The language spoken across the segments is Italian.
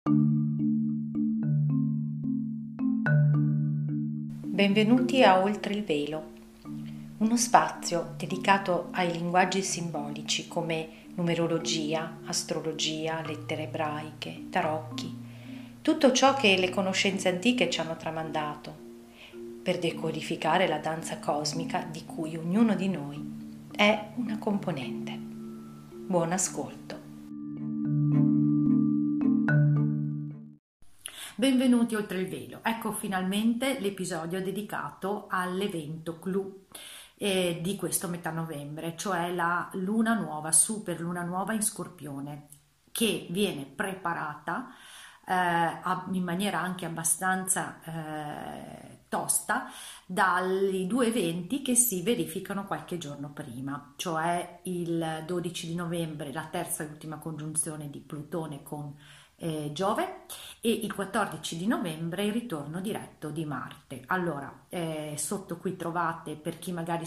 Benvenuti a Oltre il Velo, uno spazio dedicato ai linguaggi simbolici come numerologia, astrologia, lettere ebraiche, tarocchi, tutto ciò che le conoscenze antiche ci hanno tramandato, per decodificare la danza cosmica di cui ognuno di noi è una componente. Buon ascolto. Benvenuti Oltre il Velo. Ecco finalmente l'episodio dedicato all'evento clou di questo metà novembre, cioè la luna nuova, super luna nuova in Scorpione, che viene preparata in maniera anche abbastanza tosta dai due eventi che si verificano qualche giorno prima, cioè il 12 di novembre la terza e ultima congiunzione di Plutone con Giove e il 14 di novembre il ritorno diretto di Marte. Allora, sotto qui trovate, per chi magari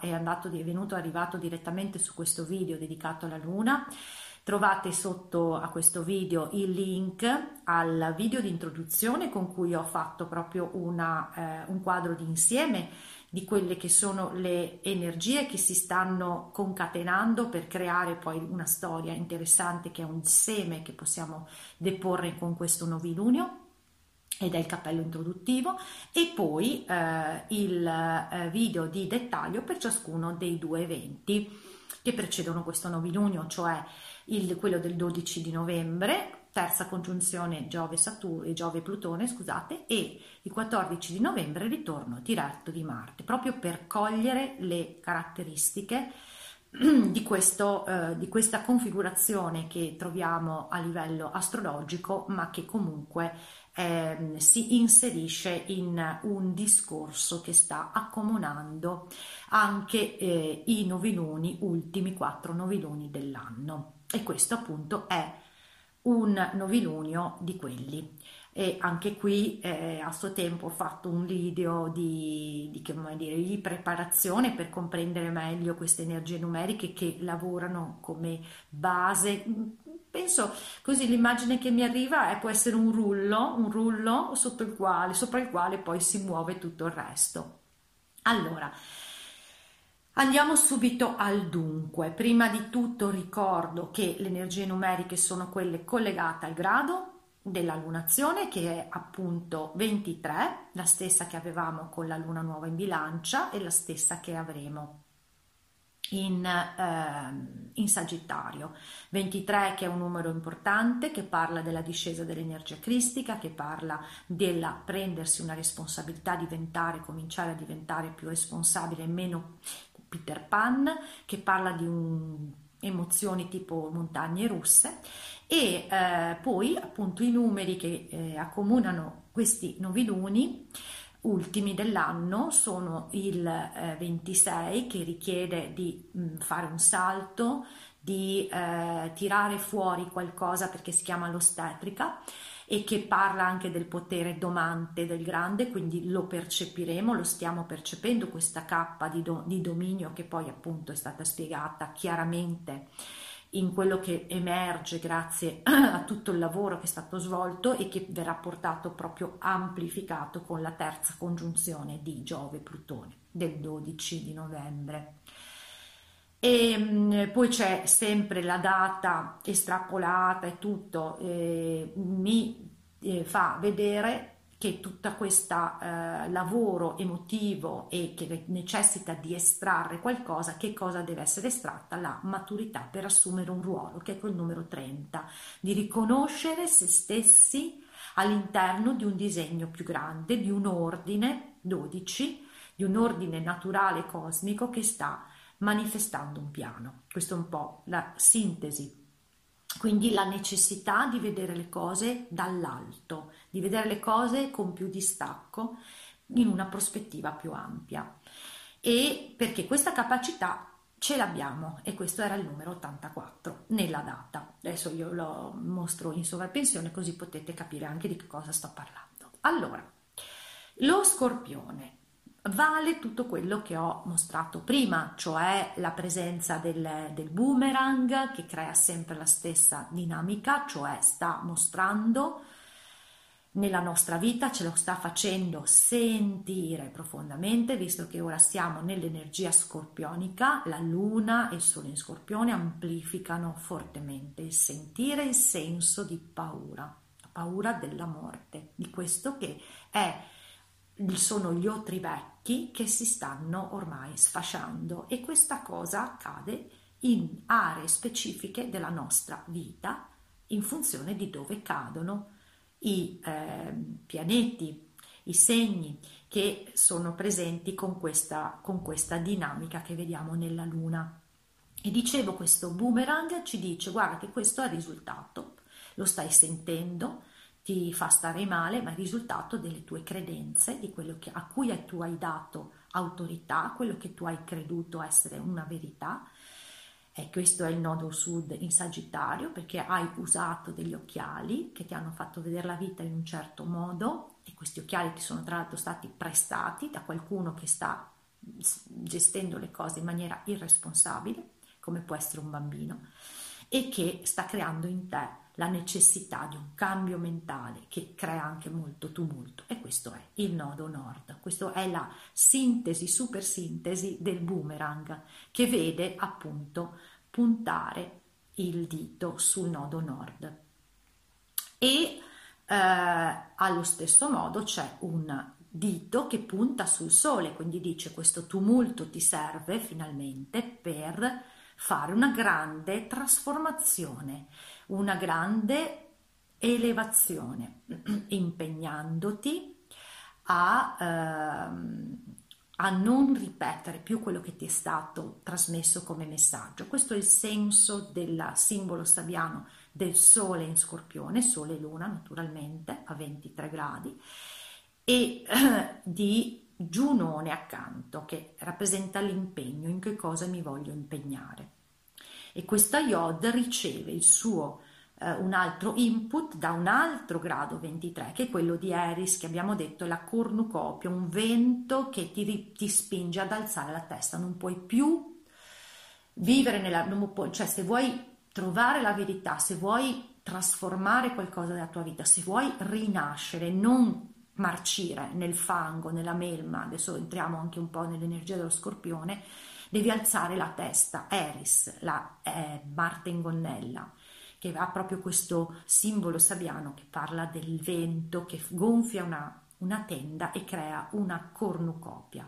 è arrivato direttamente su questo video dedicato alla Luna, trovate sotto a questo video il link al video di introduzione con cui ho fatto proprio un quadro di insieme di quelle che sono le energie che si stanno concatenando per creare poi una storia interessante che è un seme che possiamo deporre con questo novilunio ed è il cappello introduttivo, e poi il video di dettaglio per ciascuno dei due eventi che precedono questo novilunio, cioè quello del 12 di novembre, terza congiunzione Giove-Plutone, scusate, e il 14 di novembre ritorno diretto di Marte, proprio per cogliere le caratteristiche di questa configurazione che troviamo a livello astrologico, ma che comunque si inserisce in un discorso che sta accomunando anche i noviluni, ultimi 4 noviluni dell'anno, e questo appunto è un novilunio di quelli. E anche qui a suo tempo ho fatto un video di preparazione per comprendere meglio queste energie numeriche che lavorano come base. Penso così, l'immagine che mi arriva può essere un rullo sopra il quale poi si muove tutto il resto. Allora, andiamo subito al dunque. Prima di tutto ricordo che le energie numeriche sono quelle collegate al grado della lunazione, che è appunto 23, la stessa che avevamo con la luna nuova in Bilancia e la stessa che avremo in Sagittario. 23 che è un numero importante, che parla della discesa dell'energia cristica, che parla della prendersi una responsabilità, cominciare a diventare più responsabile e meno Peter Pan, che parla di emozioni tipo montagne russe, e poi appunto i numeri che accomunano questi noviluni ultimi dell'anno sono il 26, che richiede di fare un salto, di tirare fuori qualcosa perché si chiama l'ostetrica, e che parla anche del potere domante del grande, quindi lo percepiremo, lo stiamo percependo, questa cappa di dominio che poi appunto è stata spiegata chiaramente in quello che emerge grazie a tutto il lavoro che è stato svolto e che verrà portato proprio amplificato con la terza congiunzione di Giove-Plutone del 12 di novembre. E poi c'è sempre la data estrapolata e tutto, mi fa vedere che tutta questa lavoro emotivo e che necessita di estrarre qualcosa, che cosa deve essere estratta? La maturità per assumere un ruolo, che è quel numero 30, di riconoscere se stessi all'interno di un disegno più grande, di un ordine 12, di un ordine naturale cosmico che sta manifestando un piano. Questo è un po' la sintesi. Quindi la necessità di vedere le cose dall'alto, di vedere le cose con più distacco, in una prospettiva più ampia. E perché questa capacità ce l'abbiamo, e questo era il numero 84 nella data. Adesso io lo mostro in sovrappensione così potete capire anche di che cosa sto parlando. Allora, lo Scorpione vale tutto quello che ho mostrato prima, cioè la presenza del boomerang che crea sempre la stessa dinamica, cioè sta mostrando nella nostra vita, ce lo sta facendo sentire profondamente, visto che ora siamo nell'energia scorpionica, la luna e il sole in scorpione amplificano fortemente il sentire, il senso di paura, la paura della morte, di questo che sono gli otri vecchi che si stanno ormai sfasciando, e questa cosa accade in aree specifiche della nostra vita in funzione di dove cadono i pianeti, i segni che sono presenti con questa dinamica che vediamo nella Luna. E dicevo, questo boomerang ci dice: guarda che questo è il risultato, lo stai sentendo, ti fa stare male, ma è il risultato delle tue credenze, di quello a cui tu hai dato autorità, quello che tu hai creduto essere una verità. E questo è il nodo sud in Sagittario, perché hai usato degli occhiali che ti hanno fatto vedere la vita in un certo modo, e questi occhiali ti sono tra l'altro stati prestati da qualcuno che sta gestendo le cose in maniera irresponsabile, come può essere un bambino, e che sta creando in te la necessità di un cambio mentale che crea anche molto tumulto. E questo è il nodo nord, questa è la sintesi, super sintesi del boomerang, che vede appunto puntare il dito sul nodo nord. E allo stesso modo c'è un dito che punta sul sole, quindi dice: questo tumulto ti serve finalmente per fare una grande trasformazione, una grande elevazione, impegnandoti a non ripetere più quello che ti è stato trasmesso come messaggio. Questo è il senso del simbolo sabiano del sole in Scorpione, sole e luna naturalmente a 23 gradi, e di Giunone accanto, che rappresenta l'impegno, in che cosa mi voglio impegnare. E questa Iod riceve il suo un altro input da un altro grado 23, che è quello di Eris, che abbiamo detto è la cornucopia, un vento che ti spinge ad alzare la testa. Non puoi più vivere cioè, se vuoi trovare la verità, se vuoi trasformare qualcosa della tua vita, se vuoi rinascere, non marcire nel fango, nella melma, adesso entriamo anche un po' nell'energia dello Scorpione, devi alzare la testa. Eris, la Marte in gonnella, che ha proprio questo simbolo sabiano che parla del vento che gonfia una tenda e crea una cornucopia.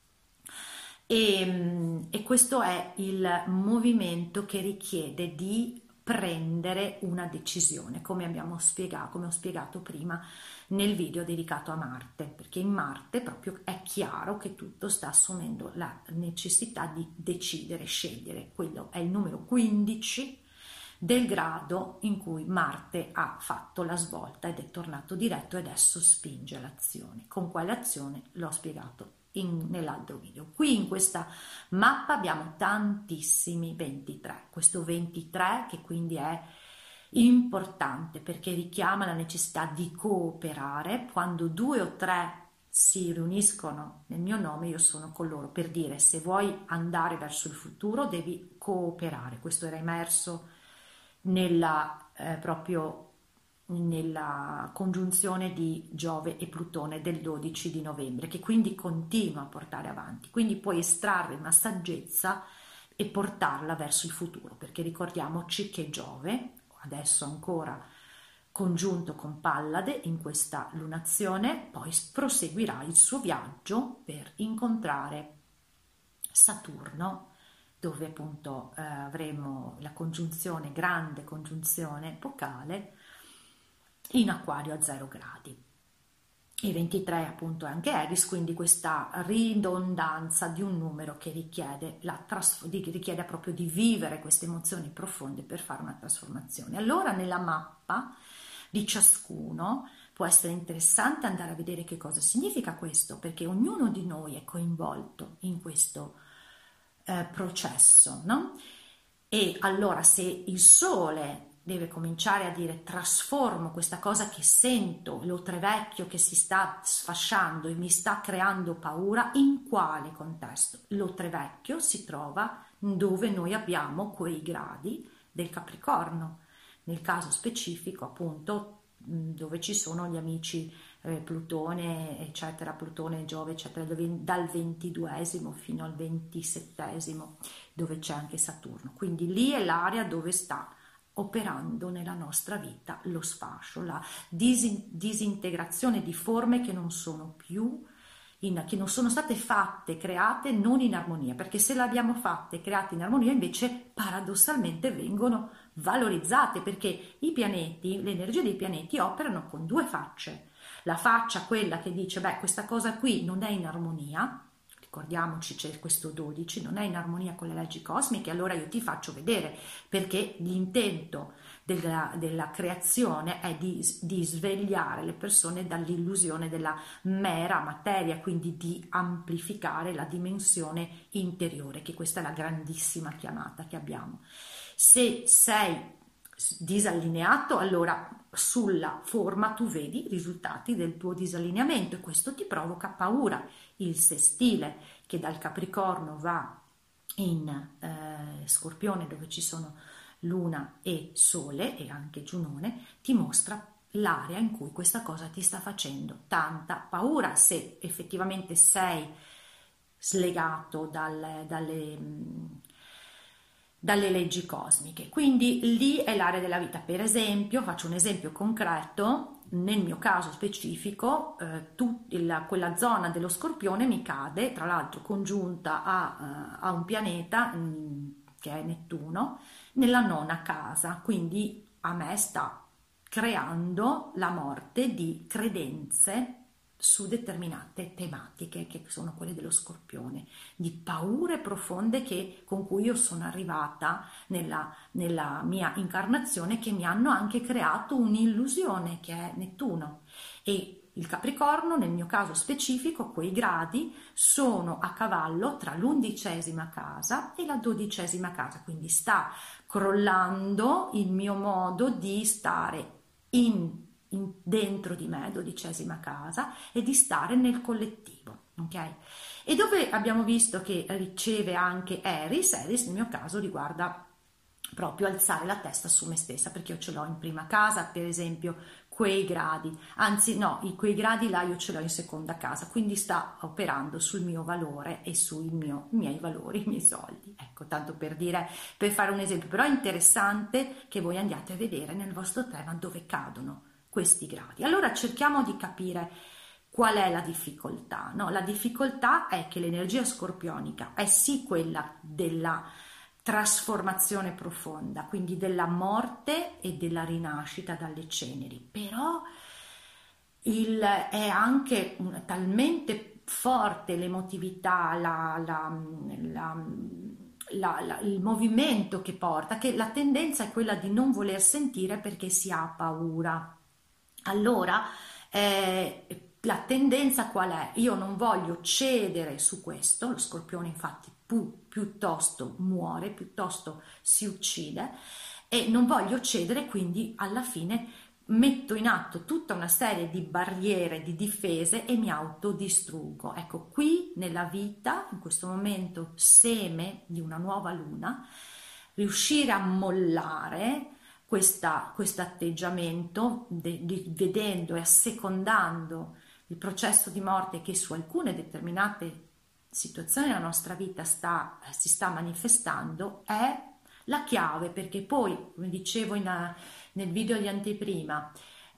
E questo è il movimento che richiede di prendere una decisione, come ho spiegato prima nel video dedicato a Marte, perché in Marte proprio è chiaro che tutto sta assumendo la necessità di decidere, scegliere. Quello è il numero 15 del grado in cui Marte ha fatto la svolta ed è tornato diretto e adesso spinge l'azione. Con quale azione l'ho spiegato nell'altro video. Qui in questa mappa abbiamo tantissimi 23, questo 23 che quindi è importante perché richiama la necessità di cooperare. Quando 2 o 3 si riuniscono nel mio nome, io sono con loro, per dire: se vuoi andare verso il futuro devi cooperare. Questo era emerso proprio nella congiunzione di Giove e Plutone del 12 di novembre, che quindi continua a portare avanti. Quindi puoi estrarre una saggezza e portarla verso il futuro, perché ricordiamoci che Giove, adesso ancora congiunto con Pallade in questa lunazione, poi proseguirà il suo viaggio per incontrare Saturno, dove appunto avremo la congiunzione, grande congiunzione epocale in Acquario a 0 gradi. Il 23 appunto è anche Eris, quindi questa ridondanza di un numero che richiede proprio di vivere queste emozioni profonde per fare una trasformazione. Allora nella mappa di ciascuno può essere interessante andare a vedere che cosa significa questo, perché ognuno di noi è coinvolto in questo processo, no? E allora se il sole deve cominciare a dire: trasformo questa cosa che sento, l'oltrevecchio che si sta sfasciando e mi sta creando paura. In quale contesto? L'oltrevecchio si trova dove noi abbiamo quei gradi del Capricorno, nel caso specifico appunto dove ci sono gli amici Plutone eccetera, Plutone, Giove eccetera, dal 22esimo fino al 27esimo, dove c'è anche Saturno. Quindi lì è l'area dove sta operando nella nostra vita lo sfascio, la disintegrazione di forme che non sono più che non sono state fatte, create non in armonia, perché se le abbiamo fatte, create in armonia, invece paradossalmente vengono valorizzate, perché i pianeti, le energie dei pianeti operano con due facce. La faccia, quella che dice: beh, questa cosa qui non è in armonia, ricordiamoci c'è questo 12, non è in armonia con le leggi cosmiche, allora io ti faccio vedere, perché l'intento della creazione è di svegliare le persone dall'illusione della mera materia, quindi di amplificare la dimensione interiore, che questa è la grandissima chiamata che abbiamo. Se sei disallineato, allora sulla forma tu vedi i risultati del tuo disallineamento e questo ti provoca paura. Il sestile che dal Capricorno va in Scorpione, dove ci sono Luna e Sole e anche Giunone, ti mostra l'area in cui questa cosa ti sta facendo tanta paura, se effettivamente sei slegato dalle leggi cosmiche. Quindi lì è l'area della vita. Per esempio, faccio un esempio concreto: nel mio caso specifico, quella zona dello Scorpione mi cade, tra l'altro congiunta a un pianeta che è Nettuno, nella nona casa, quindi a me sta creando la morte di credenze su determinate tematiche che sono quelle dello Scorpione, di paure profonde con cui io sono arrivata nella mia incarnazione, che mi hanno anche creato un'illusione che è Nettuno. E il Capricorno, nel mio caso specifico, quei gradi sono a cavallo tra l'11ª casa e la 12ª casa, quindi sta crollando il mio modo di stare dentro di me, 12ª casa, e di stare nel collettivo, ok? E dove abbiamo visto che riceve anche Eris nel mio caso riguarda proprio alzare la testa su me stessa, perché io ce l'ho in prima casa, per esempio, quei gradi, anzi no, quei gradi là io ce l'ho in seconda casa, quindi sta operando sul mio valore e sui miei valori, i miei soldi, ecco, tanto per dire, per fare un esempio. Però è interessante che voi andiate a vedere nel vostro tema dove cadono questi gradi. Allora cerchiamo di capire qual è la difficoltà, no? La difficoltà è che l'energia scorpionica è sì quella della trasformazione profonda, quindi della morte e della rinascita dalle ceneri, però è anche talmente forte l'emotività, il movimento che porta, che la tendenza è quella di non voler sentire perché si ha paura. Allora la tendenza qual è? Io non voglio cedere su questo, lo Scorpione infatti piuttosto muore, piuttosto si uccide, e non voglio cedere, quindi alla fine metto in atto tutta una serie di barriere, di difese e mi autodistruggo. Ecco, qui nella vita, in questo momento seme di una nuova luna, riuscire a mollare questo atteggiamento, vedendo e assecondando il processo di morte che su alcune determinate situazioni della nostra vita si sta manifestando, è la chiave, perché poi, come dicevo nel video di anteprima,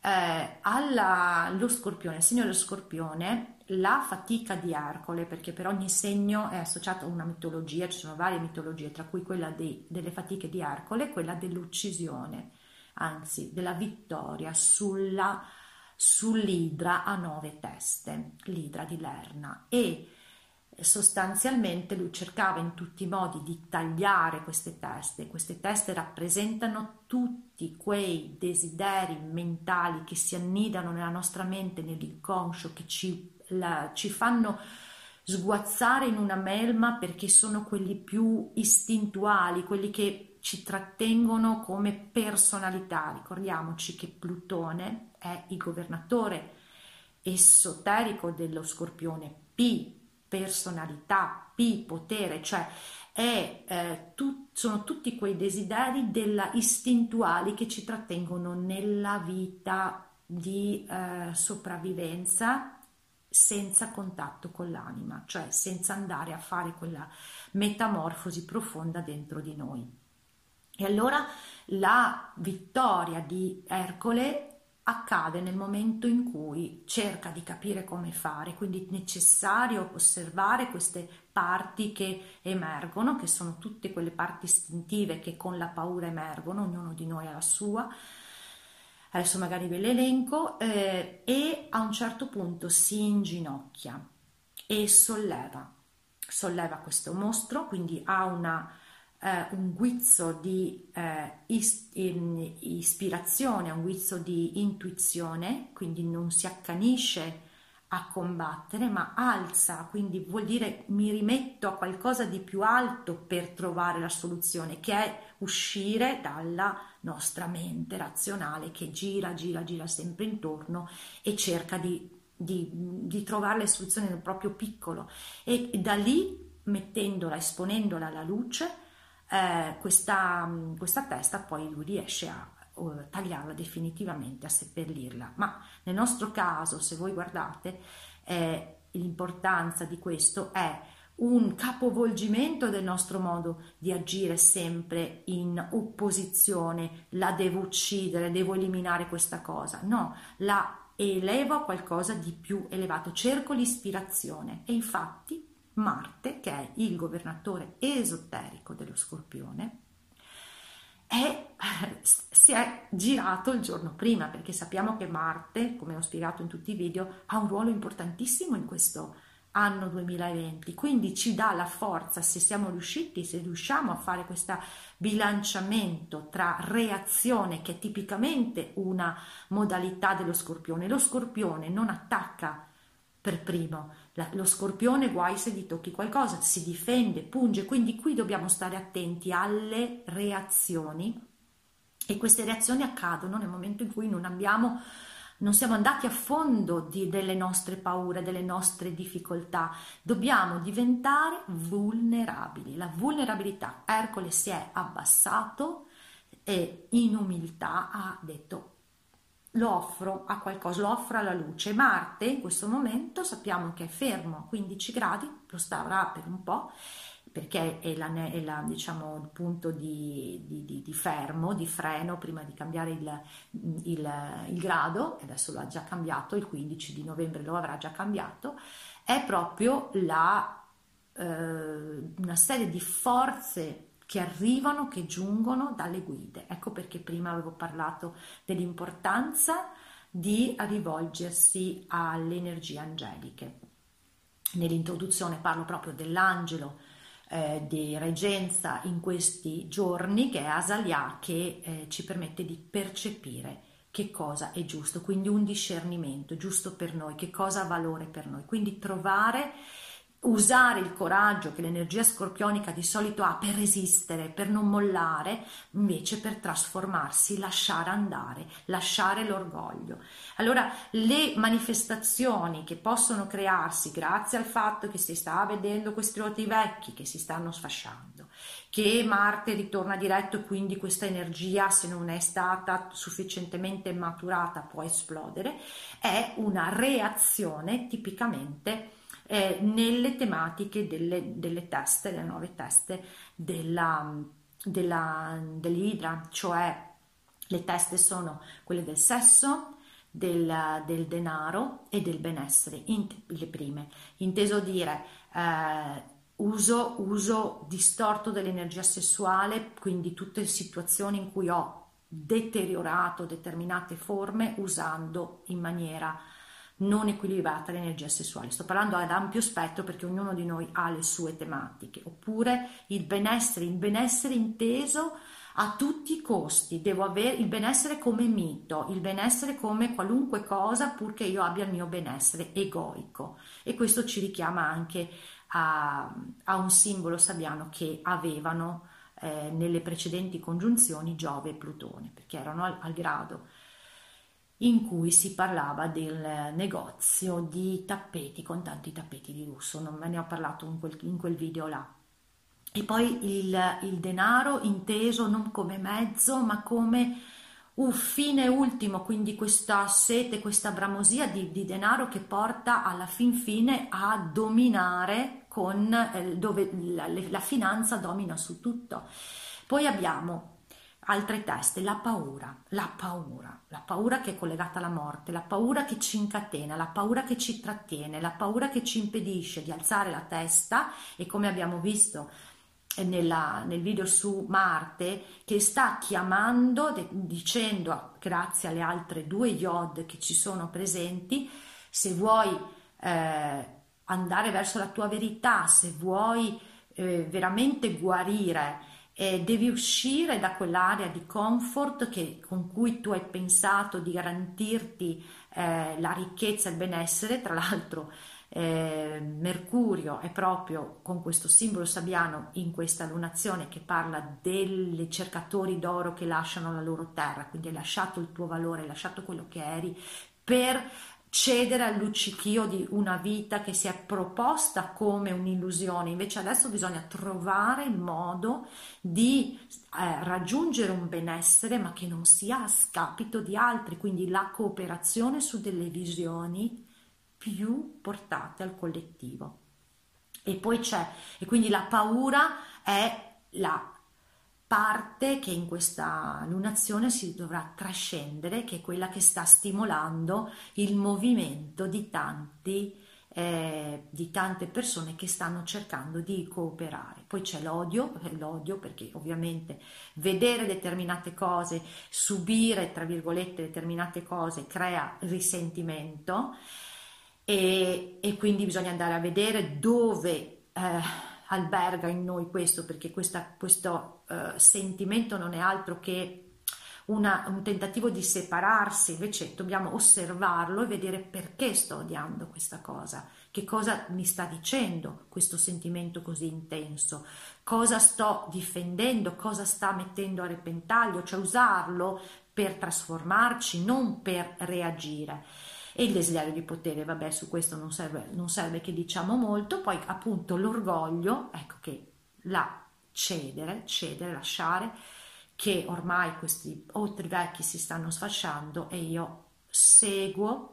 lo Scorpione, il segno dello Scorpione, la fatica di Ercole, perché per ogni segno è associato a una mitologia, ci sono varie mitologie, tra cui quella delle fatiche di Ercole e quella dell'uccisione, anzi della vittoria sull'idra a 9 teste, l'idra di Lerna, e sostanzialmente lui cercava in tutti i modi di tagliare queste teste rappresentano tutti quei desideri mentali che si annidano nella nostra mente, nell'inconscio, che ci fanno sguazzare in una melma, perché sono quelli più istintuali, quelli che ci trattengono come personalità. Ricordiamoci che Plutone è il governatore esoterico dello Scorpione, P personalità, P potere, cioè sono tutti quei desideri istintuali che ci trattengono nella vita di sopravvivenza senza contatto con l'anima, cioè senza andare a fare quella metamorfosi profonda dentro di noi. E allora la vittoria di Ercole accade nel momento in cui cerca di capire come fare, quindi è necessario osservare queste parti che emergono, che sono tutte quelle parti istintive che con la paura emergono, ognuno di noi ha la sua. Adesso magari ve l'elenco, e a un certo punto si inginocchia e solleva questo mostro, quindi ha un guizzo di ispirazione, un guizzo di intuizione, quindi non si accanisce a combattere, ma alza, quindi vuol dire mi rimetto a qualcosa di più alto per trovare la soluzione, che è uscire dalla nostra mente razionale che gira sempre intorno e cerca di trovare le soluzioni nel proprio piccolo, e da lì, esponendola alla luce, questa testa poi lui riesce a tagliarla definitivamente, a seppellirla. Ma nel nostro caso, se voi guardate, l'importanza di questo è un capovolgimento del nostro modo di agire sempre in opposizione, la devo uccidere, devo eliminare questa cosa, no, la elevo a qualcosa di più elevato, cerco l'ispirazione. E infatti Marte, che è il governatore esoterico dello Scorpione, si è girato il giorno prima, perché sappiamo che Marte, come ho spiegato in tutti i video, ha un ruolo importantissimo in questo anno 2020, quindi ci dà la forza, se riusciamo a fare questo bilanciamento tra reazione, che è tipicamente una modalità dello Scorpione. Lo Scorpione non attacca per primo, lo Scorpione, guai se gli tocchi qualcosa, si difende, punge, quindi qui dobbiamo stare attenti alle reazioni, e queste reazioni accadono nel momento in cui non siamo andati a fondo delle nostre paure, delle nostre difficoltà. Dobbiamo diventare vulnerabili. La vulnerabilità. Ercole si è abbassato e in umiltà ha detto: lo offro a qualcosa, lo offro alla luce. Marte in questo momento sappiamo che è fermo a 15 gradi, lo starà per un po', perché diciamo, il punto di fermo, di freno, prima di cambiare il grado, e adesso lo ha già cambiato, il 15 di novembre lo avrà già cambiato, è proprio una serie di forze che arrivano, che giungono dalle guide. Ecco perché prima avevo parlato dell'importanza di rivolgersi alle energie angeliche. Nell'introduzione parlo proprio dell'angelo di reggenza in questi giorni, che è Azalia, che ci permette di percepire che cosa è giusto, quindi un discernimento giusto per noi, che cosa ha valore per noi, quindi usare il coraggio che l'energia scorpionica di solito ha per resistere, per non mollare, invece per trasformarsi, lasciare andare, lasciare l'orgoglio. Allora, le manifestazioni che possono crearsi grazie al fatto che si sta vedendo questi roti vecchi che si stanno sfasciando, che Marte ritorna diretto e quindi questa energia, se non è stata sufficientemente maturata, può esplodere, è una reazione tipicamente nelle tematiche delle teste, delle nuove teste dell'Idra, cioè le teste sono quelle del sesso, del denaro e del benessere, le prime, inteso dire uso distorto dell'energia sessuale, quindi tutte le situazioni in cui ho deteriorato determinate forme usando in maniera non equilibrata l'energia sessuale. Sto parlando ad ampio spettro perché ognuno di noi ha le sue tematiche. Oppure il benessere inteso a tutti i costi. Devo avere il benessere come mito, il benessere come qualunque cosa, purché io abbia il mio benessere egoico. E questo ci richiama anche a un simbolo sabbiano che avevano nelle precedenti congiunzioni Giove e Plutone, perché erano al grado in cui si parlava del negozio di tappeti con tanti tappeti di lusso. Non me ne ho parlato in quel video là. E poi il denaro inteso non come mezzo, ma come un fine ultimo, quindi questa sete, questa bramosia di denaro che porta alla fin fine a dominare dove la finanza domina su tutto. Poi abbiamo altre teste, la paura che è collegata alla morte, la paura che ci incatena, la paura che ci trattiene, la paura che ci impedisce di alzare la testa, e come abbiamo visto nel video su Marte, che sta chiamando, dicendo grazie alle altre due Yod che ci sono presenti: se vuoi andare verso la tua verità, se vuoi veramente guarire, devi uscire da quell'area di comfort con cui tu hai pensato di garantirti la ricchezza e il benessere. Tra l'altro Mercurio è proprio con questo simbolo sabbiano in questa lunazione che parla dei cercatori d'oro che lasciano la loro terra, quindi hai lasciato il tuo valore, hai lasciato quello che eri per cedere al luccichio di una vita che si è proposta come un'illusione. Invece adesso bisogna trovare il modo di raggiungere un benessere, ma che non sia a scapito di altri, quindi la cooperazione su delle visioni più portate al collettivo. E poi e quindi la paura è la parte che in questa lunazione si dovrà trascendere, che è quella che sta stimolando il movimento di tante persone che stanno cercando di cooperare. Poi c'è l'odio perché ovviamente vedere determinate cose, subire tra virgolette determinate cose crea risentimento, e quindi bisogna andare a vedere dove alberga in noi questo, perché questo sentimento non è altro che un tentativo di separarsi. Invece dobbiamo osservarlo e vedere perché sto odiando questa cosa, che cosa mi sta dicendo questo sentimento così intenso, cosa sto difendendo, cosa sta mettendo a repentaglio, cioè usarlo per trasformarci, non per reagire. E il desiderio di potere, vabbè, su questo non serve che diciamo molto. Poi appunto l'orgoglio, ecco, che cedere, lasciare, che ormai questi otri vecchi si stanno sfasciando e io seguo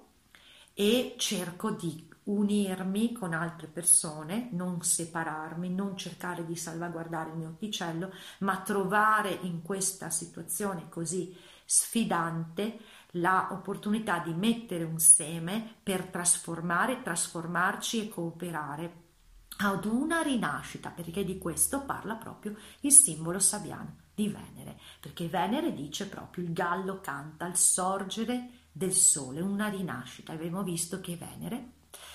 e cerco di unirmi con altre persone, non separarmi, non cercare di salvaguardare il mio orticello, ma trovare in questa situazione così sfidante l'opportunità di mettere un seme per trasformarci e cooperare ad una rinascita, perché di questo parla proprio il simbolo sabbiano di Venere, perché Venere dice proprio: il gallo canta al sorgere del sole, una rinascita. Abbiamo visto che Venere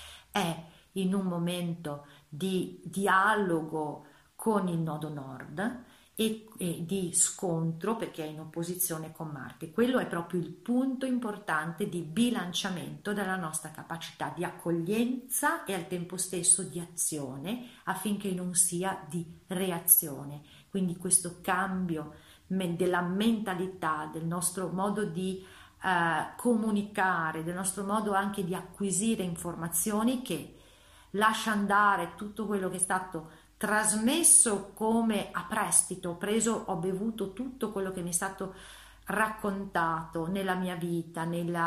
è in un momento di dialogo con il nodo nord e di scontro, perché è in opposizione con Marte. Quello è proprio il punto importante di bilanciamento della nostra capacità di accoglienza e al tempo stesso di azione, affinché non sia di reazione. Quindi questo cambio della mentalità, del nostro modo di comunicare, del nostro modo anche di acquisire informazioni, che lascia andare tutto quello che è stato trasmesso come a prestito, ho bevuto tutto quello che mi è stato raccontato nella mia vita,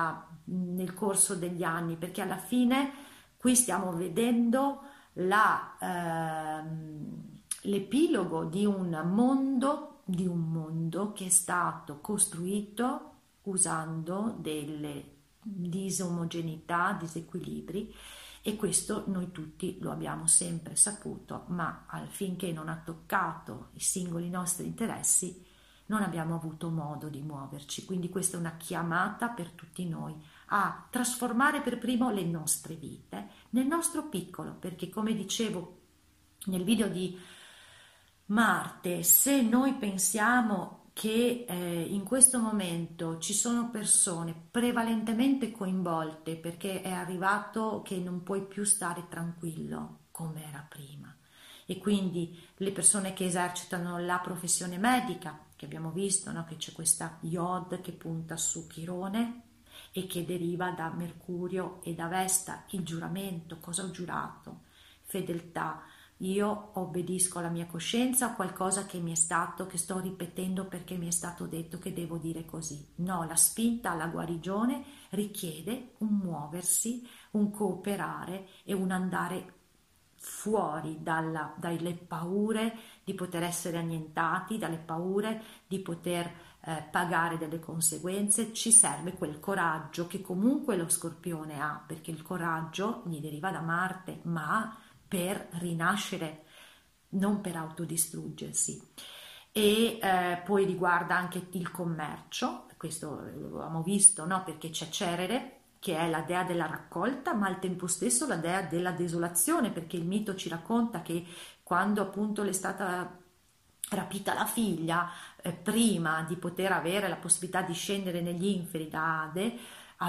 nel corso degli anni, perché alla fine qui stiamo vedendo l'epilogo di un mondo che è stato costruito usando delle disomogeneità, disequilibri, e questo noi tutti lo abbiamo sempre saputo, ma finché non ha toccato i singoli nostri interessi non abbiamo avuto modo di muoverci. Quindi questa è una chiamata per tutti noi a trasformare per primo le nostre vite nel nostro piccolo, perché come dicevo nel video di Marte, se noi pensiamo che in questo momento ci sono persone prevalentemente coinvolte perché è arrivato che non puoi più stare tranquillo come era prima, e quindi le persone che esercitano la professione medica, che abbiamo visto, no? Che c'è questa Iod che punta su Chirone e che deriva da Mercurio e da Vesta, il giuramento, cosa ho giurato? Fedeltà. Io obbedisco alla mia coscienza a qualcosa che mi è stato, che sto ripetendo perché mi è stato detto che devo dire così. No, la spinta alla guarigione richiede un muoversi, un cooperare e un andare fuori dalle paure di poter essere annientati, dalle paure di poter pagare delle conseguenze. Ci serve quel coraggio che comunque lo Scorpione ha, perché il coraggio gli deriva da Marte, ma per rinascere, non per autodistruggersi. E poi riguarda anche il commercio, questo lo abbiamo visto, no? Perché c'è Cerere, che è la dea della raccolta, ma al tempo stesso la dea della desolazione, perché il mito ci racconta che quando appunto le è stata rapita la figlia, prima di poter avere la possibilità di scendere negli inferi da Ade,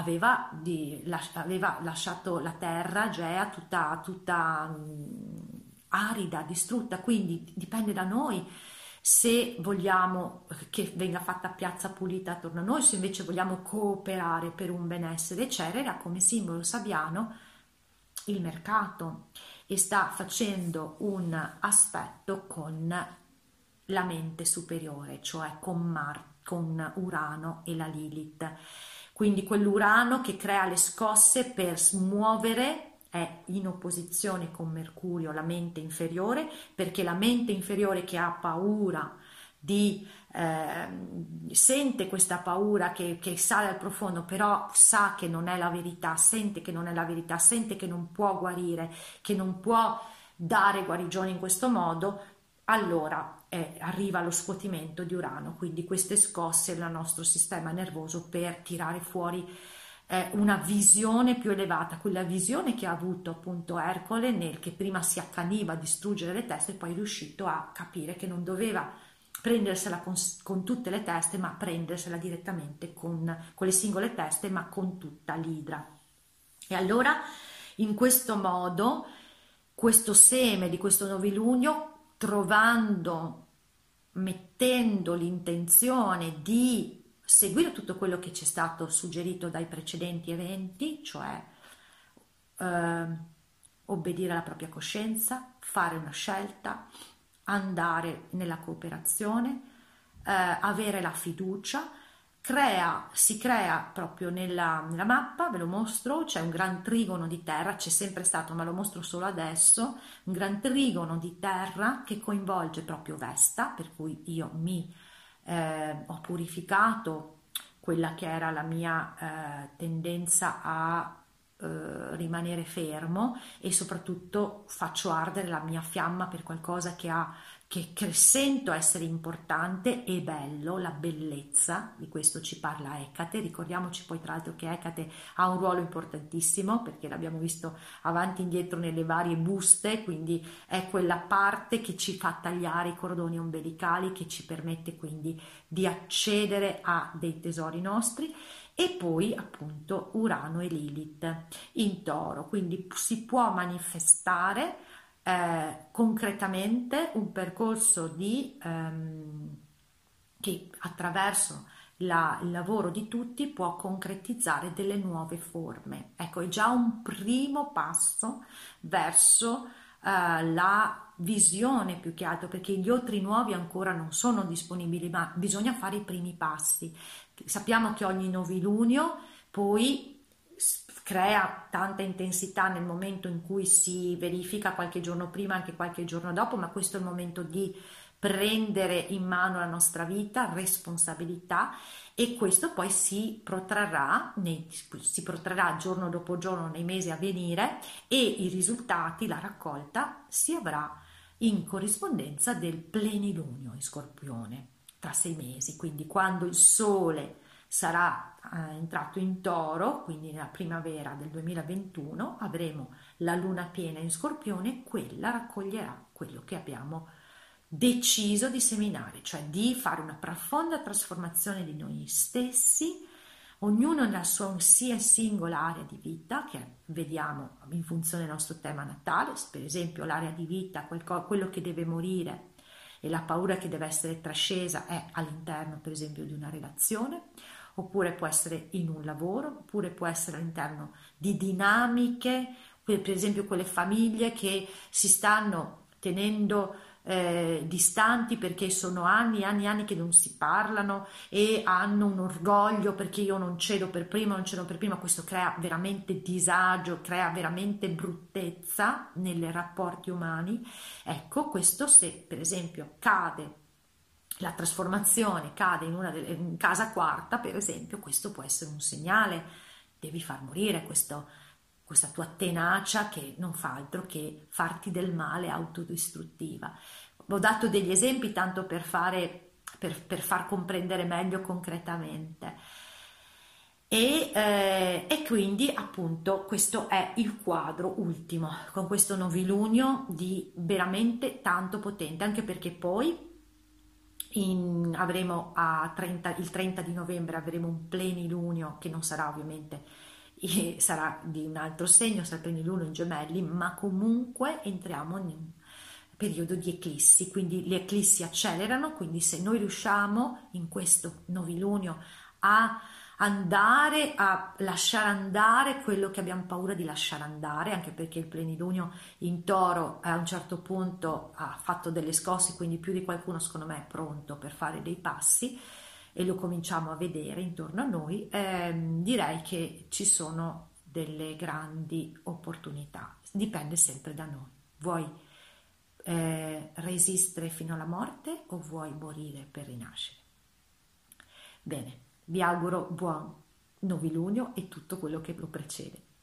aveva lasciato la terra Gea tutta arida, distrutta, quindi dipende da noi se vogliamo che venga fatta piazza pulita attorno a noi, se invece vogliamo cooperare per un benessere. Cerera come simbolo sabbiano il mercato e sta facendo un aspetto con la mente superiore, cioè con Urano e la Lilith. Quindi quell'Urano che crea le scosse per smuovere è in opposizione con Mercurio, la mente inferiore, perché la mente inferiore che ha paura sente questa paura che sale al profondo, però sa che non è la verità, sente che non è la verità, sente che non può guarire, che non può dare guarigione in questo modo, allora arriva lo scuotimento di Urano, quindi queste scosse del nostro sistema nervoso per tirare fuori una visione più elevata, quella visione che ha avuto appunto Ercole che prima si accaniva a distruggere le teste e poi è riuscito a capire che non doveva prendersela con tutte le teste, ma prendersela direttamente con le singole teste, ma con tutta l'idra. E allora in questo modo questo seme di questo novilunio, mettendo l'intenzione di seguire tutto quello che ci è stato suggerito dai precedenti eventi, cioè obbedire alla propria coscienza, fare una scelta, andare nella cooperazione, avere la fiducia. Si crea proprio nella mappa, ve lo mostro, c'è un gran trigono di terra, c'è sempre stato ma lo mostro solo adesso, un gran trigono di terra che coinvolge proprio Vesta, per cui io ho purificato quella che era la mia tendenza a rimanere fermo e soprattutto faccio ardere la mia fiamma per qualcosa che sento essere importante e bello, la bellezza, di questo ci parla Ecate. Ricordiamoci poi tra l'altro che Ecate ha un ruolo importantissimo perché l'abbiamo visto avanti e indietro nelle varie buste, quindi è quella parte che ci fa tagliare i cordoni ombelicali, che ci permette quindi di accedere a dei tesori nostri. E poi appunto Urano e Lilith in Toro, quindi si può manifestare concretamente un percorso che attraverso il lavoro di tutti può concretizzare delle nuove forme. Ecco, è già un primo passo verso la visione più che altro, perché gli altri nuovi ancora non sono disponibili, ma bisogna fare i primi passi. Sappiamo che ogni novilunio poi crea tanta intensità nel momento in cui si verifica, qualche giorno prima, anche qualche giorno dopo, ma questo è il momento di prendere in mano la nostra vita, responsabilità, e questo poi si protrarrà giorno dopo giorno nei mesi a venire e i risultati, la raccolta si avrà in corrispondenza del plenilunio in Scorpione tra 6 mesi, quindi quando il Sole sarà entrato in Toro, quindi nella primavera del 2021 avremo la luna piena in Scorpione, quella raccoglierà quello che abbiamo deciso di seminare, cioè di fare una profonda trasformazione di noi stessi, ognuno nella sua sia singola area di vita, che vediamo in funzione del nostro tema natale, per esempio l'area di vita, quello che deve morire e la paura che deve essere trascesa è all'interno, per esempio, di una relazione, oppure può essere in un lavoro, oppure può essere all'interno di dinamiche, per esempio quelle famiglie che si stanno tenendo distanti perché sono anni e anni e anni che non si parlano e hanno un orgoglio perché io non cedo per prima, non cedo per prima, questo crea veramente disagio, crea veramente bruttezza nei rapporti umani. Ecco, questo se per esempio cade la trasformazione, cade in casa quarta, per esempio, questo può essere un segnale, devi far morire questa tua tenacia che non fa altro che farti del male autodistruttiva. Ho dato degli esempi tanto per far comprendere meglio concretamente. E quindi appunto questo è il quadro ultimo con questo novilunio di veramente tanto potente, anche perché poi avremo il 30 di novembre avremo un plenilunio che non sarà ovviamente sarà di un altro segno, sarà il plenilunio in Gemelli, ma comunque entriamo in un periodo di eclissi, quindi le eclissi accelerano, quindi se noi riusciamo in questo novilunio a andare a lasciare andare quello che abbiamo paura di lasciare andare, anche perché il plenilunio in Toro a un certo punto ha fatto delle scosse, quindi più di qualcuno secondo me è pronto per fare dei passi e lo cominciamo a vedere intorno a noi, direi che ci sono delle grandi opportunità, dipende sempre da noi. Vuoi resistere fino alla morte o vuoi morire per rinascere? Bene, vi auguro buon novilunio e tutto quello che lo precede.